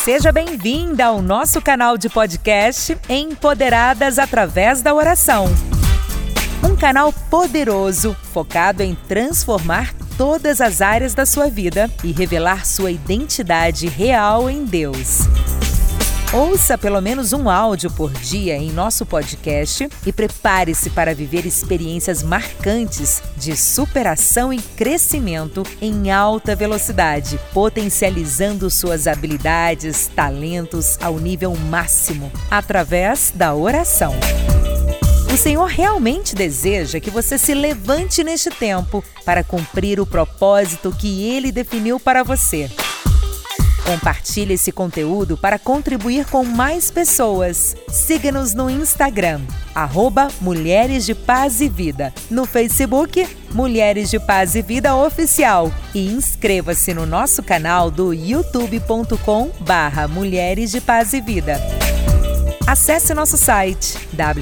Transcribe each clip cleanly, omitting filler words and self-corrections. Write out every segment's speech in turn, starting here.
Seja bem-vinda ao nosso canal de podcast Empoderadas através da oração. Um canal poderoso, focado em transformar todas as áreas da sua vida e revelar sua identidade real em Deus. Ouça pelo menos um áudio por dia em nosso podcast e prepare-se para viver experiências marcantes de superação e crescimento em alta velocidade, potencializando suas habilidades, talentos ao nível máximo, através da oração. O Senhor realmente deseja que você se levante neste tempo para cumprir o propósito que Ele definiu para você. Compartilhe esse conteúdo para contribuir com mais pessoas. Siga-nos no Instagram, @Mulheres de Paz e Vida. No Facebook, Mulheres de Paz e Vida Oficial. E inscreva-se no nosso canal do youtube.com/Mulheres de Paz e Vida. Acesse nosso site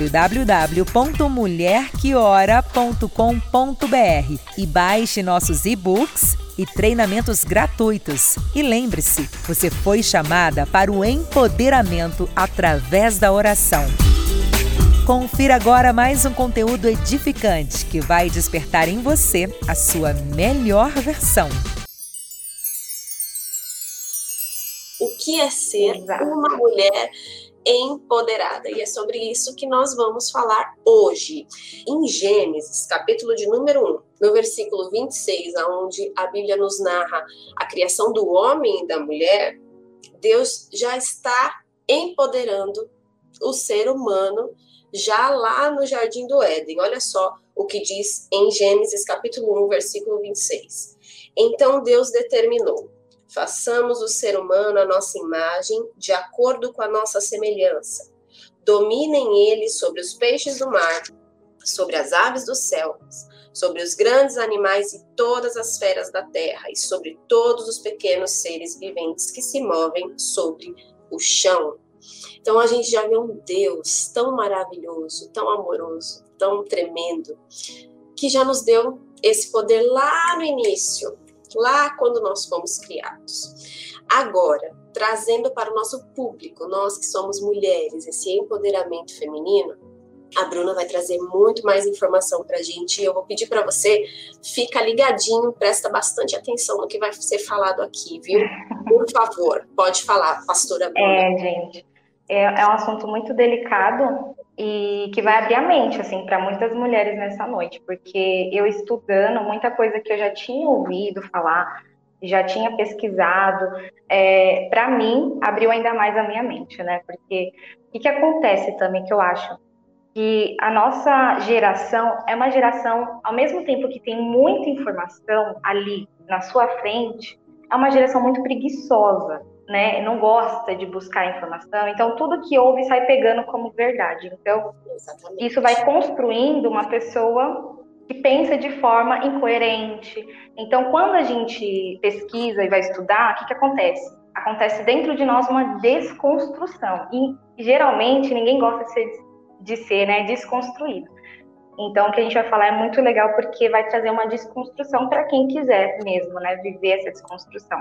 www.mulherqueora.com.br e baixe nossos e-books e treinamentos gratuitos. E lembre-se, você foi chamada para o empoderamento através da oração. Confira agora mais um conteúdo edificante que vai despertar em você a sua melhor versão. O que é ser uma mulher empoderada? E é sobre isso que nós vamos falar hoje. Em Gênesis, capítulo de número 1, no versículo 26, onde a Bíblia nos narra a criação do homem e da mulher, Deus já está empoderando o ser humano já lá no Jardim do Éden. Olha só o que diz em Gênesis, capítulo 1, versículo 26. Então Deus determinou: façamos o ser humano à nossa imagem, de acordo com a nossa semelhança. Dominem eles sobre os peixes do mar, sobre as aves dos céus, sobre os grandes animais e todas as feras da terra, e sobre todos os pequenos seres viventes que se movem sobre o chão. Então a gente já vê um Deus tão maravilhoso, tão amoroso, tão tremendo, que já nos deu esse poder lá no início, lá quando nós fomos criados. Agora, trazendo para o nosso público, nós que somos mulheres, esse empoderamento feminino, a Bruna vai trazer muito mais informação para a gente. Eu vou pedir para você, fica ligadinho, presta bastante atenção no que vai ser falado aqui, viu? Por favor, pode falar, pastora Bruna. Gente, é um assunto muito delicado e que vai abrir a mente, assim, para muitas mulheres nessa noite, porque eu estudando muita coisa que eu já tinha ouvido falar, já tinha pesquisado, para mim, abriu ainda mais a minha mente, né? Porque o que acontece também, que eu acho que a nossa geração é uma geração, ao mesmo tempo que tem muita informação ali na sua frente, é uma geração muito preguiçosa, né? Não gosta de buscar informação, então tudo que ouve sai pegando como verdade. Então, isso vai construindo uma pessoa que pensa de forma incoerente. Então, quando a gente pesquisa e vai estudar, o que acontece? Acontece dentro de nós uma desconstrução. E, geralmente, ninguém gosta de ser, né, desconstruído. Então, o que a gente vai falar é muito legal, porque vai trazer uma desconstrução para quem quiser mesmo, né, viver essa desconstrução.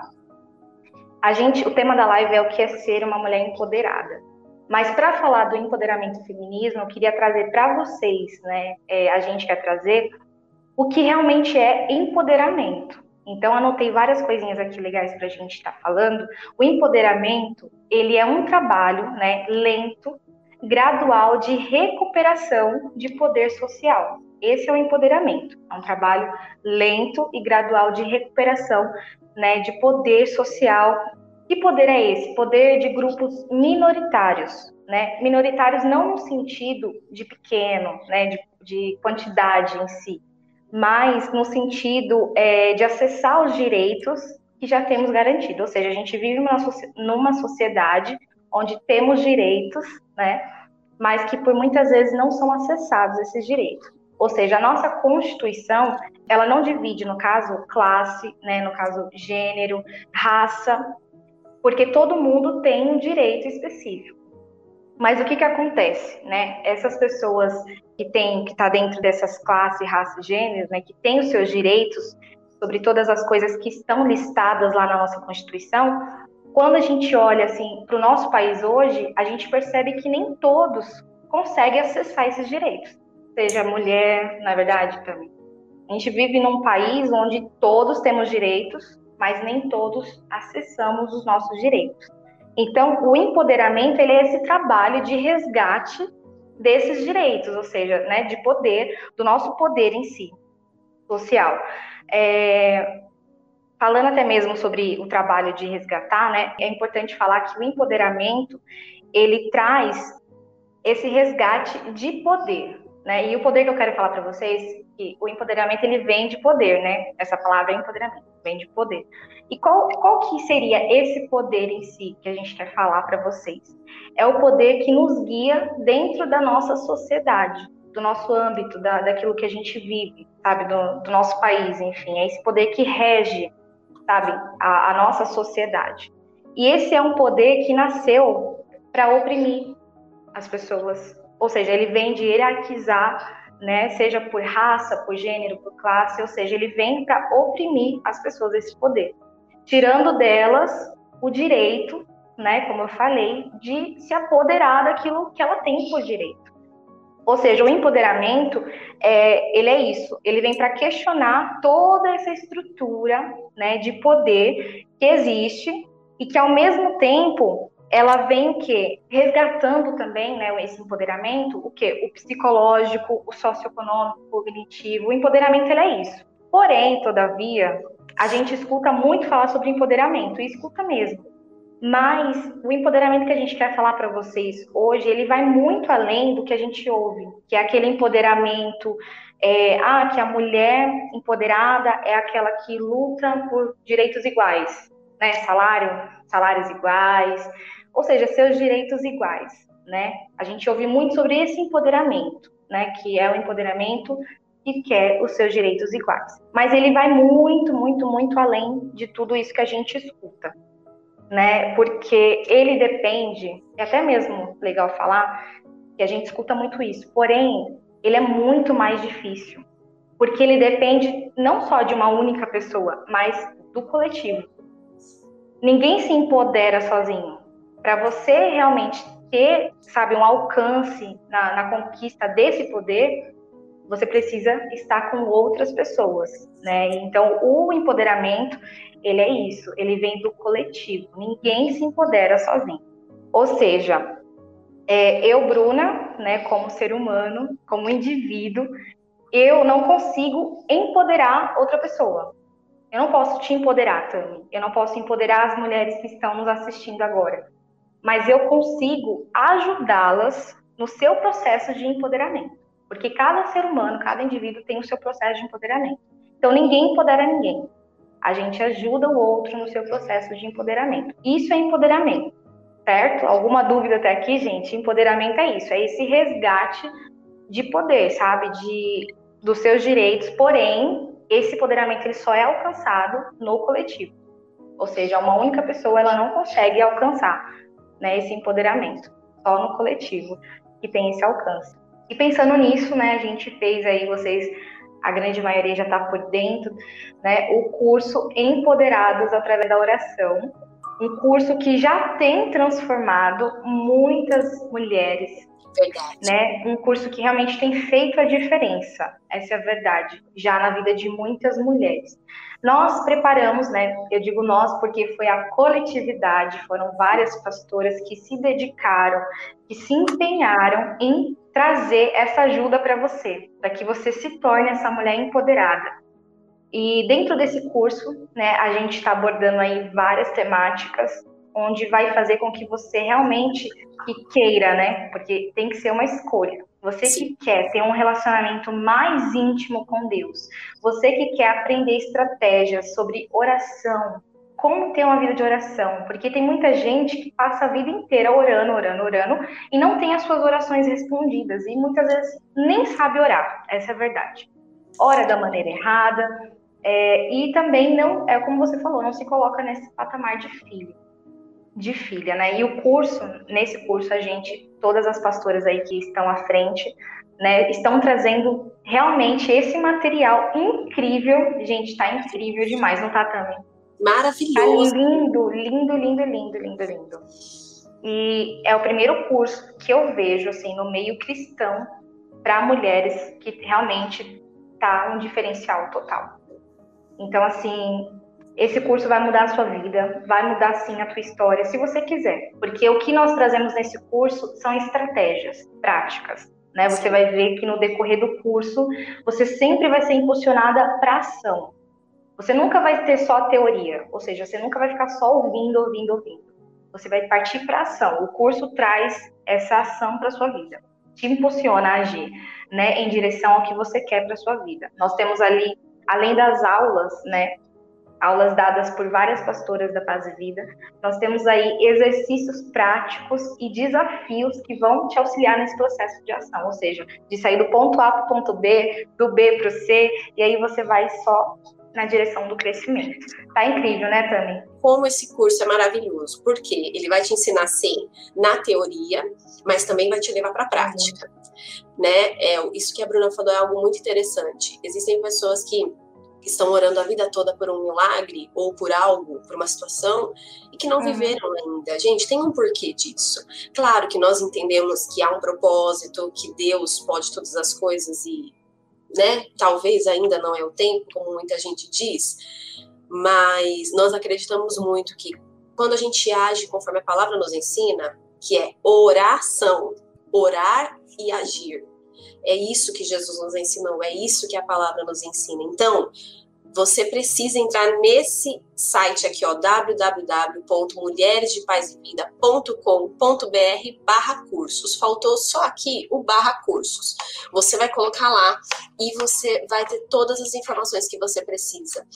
O tema da live é o que é ser uma mulher empoderada. Mas para falar do empoderamento feminismo, eu queria trazer para vocês, né, a gente quer trazer o que realmente é empoderamento. Então, anotei várias coisinhas aqui legais para a gente estar falando. O empoderamento, ele é um trabalho, né, lento, gradual de recuperação de poder social. Esse é o empoderamento. É um trabalho lento e gradual de recuperação, né, de poder social. Que poder é esse? Poder de grupos minoritários, né? Minoritários não no sentido de pequeno, né, de quantidade em si, mas no sentido de acessar os direitos que já temos garantido. Ou seja, a gente vive numa sociedade onde temos direitos, né, mas que por muitas vezes não são acessados esses direitos. Ou seja, a nossa Constituição, ela não divide, no caso, classe, né, no caso, gênero, raça, porque todo mundo tem um direito específico. Mas o que acontece, né? Essas pessoas que tá dentro dessas classes, raças, gêneros, né, que têm os seus direitos sobre todas as coisas que estão listadas lá na nossa Constituição, quando a gente olha assim para o nosso país hoje, a gente percebe que nem todos conseguem acessar esses direitos. Seja mulher, na verdade, também. A gente vive num país onde todos temos direitos, mas nem todos acessamos os nossos direitos. Então, o empoderamento, ele é esse trabalho de resgate desses direitos, ou seja, né, de poder, do nosso poder em si, social. Falando até mesmo sobre o trabalho de resgatar, né, é importante falar que o empoderamento, ele traz esse resgate de poder, né? E o poder que eu quero falar para vocês, que o empoderamento, ele vem de poder, né? Essa palavra é empoderamento, vem de poder. E qual que seria esse poder em si que a gente quer falar para vocês? É o poder que nos guia dentro da nossa sociedade, do nosso âmbito, daquilo que a gente vive, sabe? Do nosso país, enfim. É esse poder que rege, sabe? A nossa sociedade. E esse é um poder que nasceu para oprimir as pessoas. Ou seja, ele vem de hierarquizar, né? Seja por raça, por gênero, por classe, ou seja, ele vem para oprimir as pessoas, esse poder, tirando delas o direito, né, como eu falei, de se apoderar daquilo que ela tem por direito. Ou seja, o empoderamento, ele é isso, ele vem para questionar toda essa estrutura, né, de poder que existe e que, ao mesmo tempo, ela vem o quê? Resgatando também, né, esse empoderamento, o quê? O psicológico, o socioeconômico, o cognitivo. O empoderamento, ele é isso. Porém, todavia, a gente escuta muito falar sobre empoderamento, e escuta mesmo. Mas o empoderamento que a gente quer falar para vocês hoje, ele vai muito além do que a gente ouve, que é aquele empoderamento, que a mulher empoderada é aquela que luta por direitos iguais, né? Salários iguais, ou seja, seus direitos iguais, né? A gente ouve muito sobre esse empoderamento, né? Que é o empoderamento que quer os seus direitos iguais. Mas ele vai muito, muito, muito além de tudo isso que a gente escuta, né? Porque ele depende, é até mesmo legal falar, que a gente escuta muito isso, porém, ele é muito mais difícil, porque ele depende não só de uma única pessoa, mas do coletivo. Ninguém se empodera sozinho. Para você realmente ter, sabe, um alcance na conquista desse poder, você precisa estar com outras pessoas, né? Então, o empoderamento, ele é isso, ele vem do coletivo. Ninguém se empodera sozinho. Ou seja, eu, Bruna, né, como ser humano, como indivíduo, eu não consigo empoderar outra pessoa. Eu não posso te empoderar, Tami. Eu não posso empoderar as mulheres que estão nos assistindo agora. Mas eu consigo ajudá-las no seu processo de empoderamento. Porque cada ser humano, cada indivíduo tem o seu processo de empoderamento. Então, ninguém empodera ninguém. A gente ajuda o outro no seu processo de empoderamento. Isso é empoderamento, certo? Alguma dúvida até aqui, gente? Empoderamento é isso, é esse resgate de poder, sabe? Dos seus direitos, porém, esse empoderamento ele só é alcançado no coletivo. Ou seja, uma única pessoa ela não consegue alcançar, né, esse empoderamento. Só no coletivo que tem esse alcance. E pensando nisso, né, a gente fez aí, vocês, a grande maioria já está por dentro, né, o curso Empoderadas através da Oração. Um curso que já tem transformado muitas mulheres. Verdade. Né? Um curso que realmente tem feito a diferença, essa é a verdade, já na vida de muitas mulheres. Nós preparamos, né? Eu digo nós porque foi a coletividade, foram várias pastoras que se dedicaram, que se empenharam em trazer essa ajuda para você, para que você se torne essa mulher empoderada. E dentro desse curso, né, a gente está abordando aí várias temáticas, onde vai fazer com que você realmente que queira, né? Porque tem que ser uma escolha. Você que quer ter um relacionamento mais íntimo com Deus, você que quer aprender estratégias sobre oração, como ter uma vida de oração, porque tem muita gente que passa a vida inteira orando, e não tem as suas orações respondidas, e muitas vezes nem sabe orar, essa é a verdade. Ora da maneira errada, e também não, como você falou, não se coloca nesse patamar de filha, né? E o curso, nesse curso todas as pastoras aí que estão à frente, né, estão trazendo realmente esse material incrível. Gente, tá incrível demais, não tá, Tami? Maravilhoso. Tá lindo, lindo, lindo, lindo, lindo, lindo. E é o primeiro curso que eu vejo, assim, no meio cristão, para mulheres que realmente tá um diferencial total. Então, assim, esse curso vai mudar a sua vida, vai mudar, sim, a tua história, se você quiser. Porque o que nós trazemos nesse curso são estratégias práticas, né? Você vai ver que no decorrer do curso, você sempre vai ser impulsionada para ação. Você nunca vai ter só teoria, ou seja, você nunca vai ficar só ouvindo. Você vai partir para ação. O curso traz essa ação para sua vida, te impulsiona a agir, né, em direção ao que você quer para sua vida. Nós temos ali, além das aulas, né, aulas dadas por várias pastoras da Paz e Vida, nós temos aí exercícios práticos e desafios que vão te auxiliar nesse processo de ação, ou seja, de sair do ponto A para o ponto B, do B para o C, e aí você vai só na direção do crescimento. Tá incrível, né, Tami? Como esse curso é maravilhoso, porque ele vai te ensinar, sim, na teoria, mas também vai te levar para a prática, né? Isso que a Bruna falou é algo muito interessante. Existem pessoas que estão orando a vida toda por um milagre ou por algo, por uma situação, e que não viveram ainda. Gente, tem um porquê disso. Claro que nós entendemos que há um propósito, que Deus pode todas as coisas e, né, talvez ainda não é o tempo, como muita gente diz, mas nós acreditamos muito que quando a gente age conforme a palavra nos ensina, que é oração, orar e agir. É isso que Jesus nos ensinou, é isso que a palavra nos ensina. Então, você precisa entrar nesse site aqui, ó, www.mulheresdepazevida.com.br/cursos. Faltou só aqui o /cursos. Você vai colocar lá e você vai ter todas as informações que você precisa.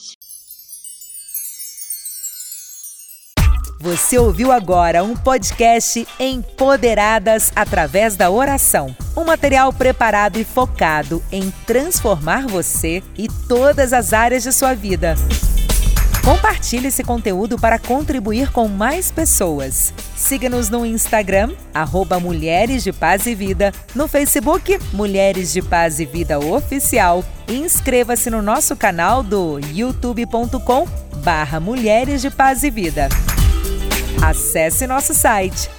Você ouviu agora um podcast Empoderadas através da oração. Um material preparado e focado em transformar você e todas as áreas de sua vida. Compartilhe esse conteúdo para contribuir com mais pessoas. Siga-nos no Instagram, @Mulheres de Paz e Vida, no Facebook, Mulheres de Paz e Vida Oficial, e inscreva-se no nosso canal do youtube.com/Mulheres de Paz e Vida. Acesse nosso site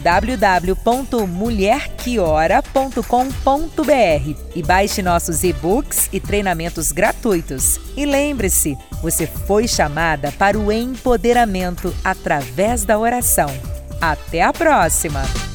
www.mulherquiora.com.br e baixe nossos e-books e treinamentos gratuitos. E lembre-se, você foi chamada para o empoderamento através da oração. Até a próxima!